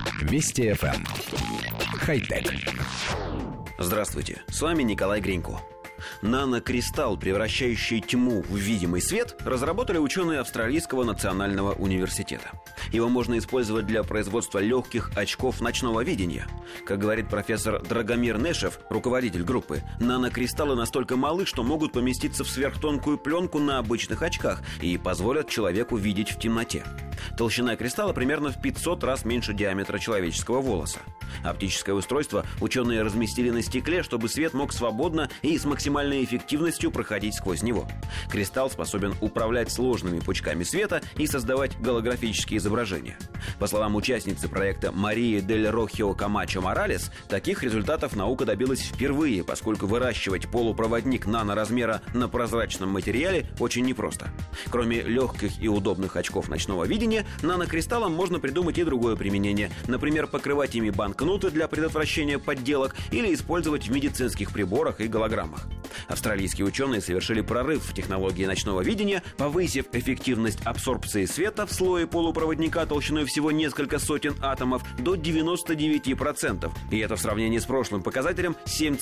Вести ФМ. Хай-тек. Здравствуйте, с вами Николай Гринько. Нанокристалл, превращающий тьму в видимый свет, разработали ученые Австралийского национального университета. Его можно использовать для производства легких очков ночного видения. Как говорит профессор Драгомир Нешев, руководитель группы, нанокристаллы настолько малы, что могут поместиться в сверхтонкую пленку на обычных очках и позволят человеку видеть в темноте. Толщина кристалла примерно в 500 раз меньше диаметра человеческого волоса. Оптическое устройство ученые разместили на стекле, чтобы свет мог свободно и с максимальной эффективностью проходить сквозь него. Кристалл способен управлять сложными пучками света и создавать голографические изображения. По словам участницы проекта Марии Дель Рохио Камачо Моралес, таких результатов наука добилась впервые, поскольку выращивать полупроводник наноразмера на прозрачном материале очень непросто. Кроме легких и удобных очков ночного видения, нанокристаллам можно придумать и другое применение. Например, покрывать ими банкноты для предотвращения подделок или использовать в медицинских приборах и голограммах. Австралийские ученые совершили прорыв в технологии ночного видения, повысив эффективность абсорбции света в слое полупроводника толщиной всего несколько сотен атомов до 99%. И это в сравнении с прошлым показателем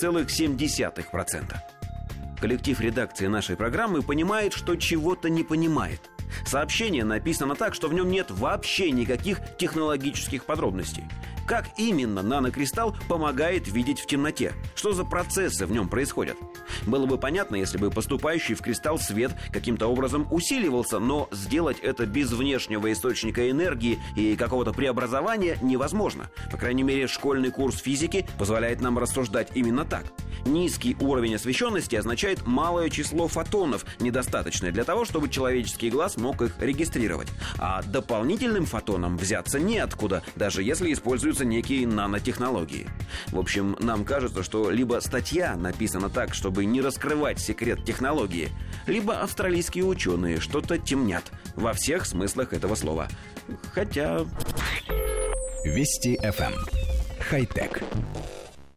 7,7%. Коллектив редакции нашей программы понимает, что чего-то не понимает. Сообщение написано так, что в нем нет вообще никаких технологических подробностей. Как именно нанокристалл помогает видеть в темноте? Что за процессы в нем происходят? Было бы понятно, если бы поступающий в кристалл свет каким-то образом усиливался, но сделать это без внешнего источника энергии и какого-то преобразования невозможно. По крайней мере, школьный курс физики позволяет нам рассуждать именно так. Низкий уровень освещенности означает малое число фотонов, недостаточное для того, чтобы человеческий глаз мог их регистрировать. А дополнительным фотонам взяться неоткуда, даже если используются некие нанотехнологии. В общем, нам кажется, что либо статья написана так, чтобы не раскрывать секрет технологии, либо австралийские ученые что-то темнят во всех смыслах этого слова. Хотя... Вести ФМ. Хай-тек.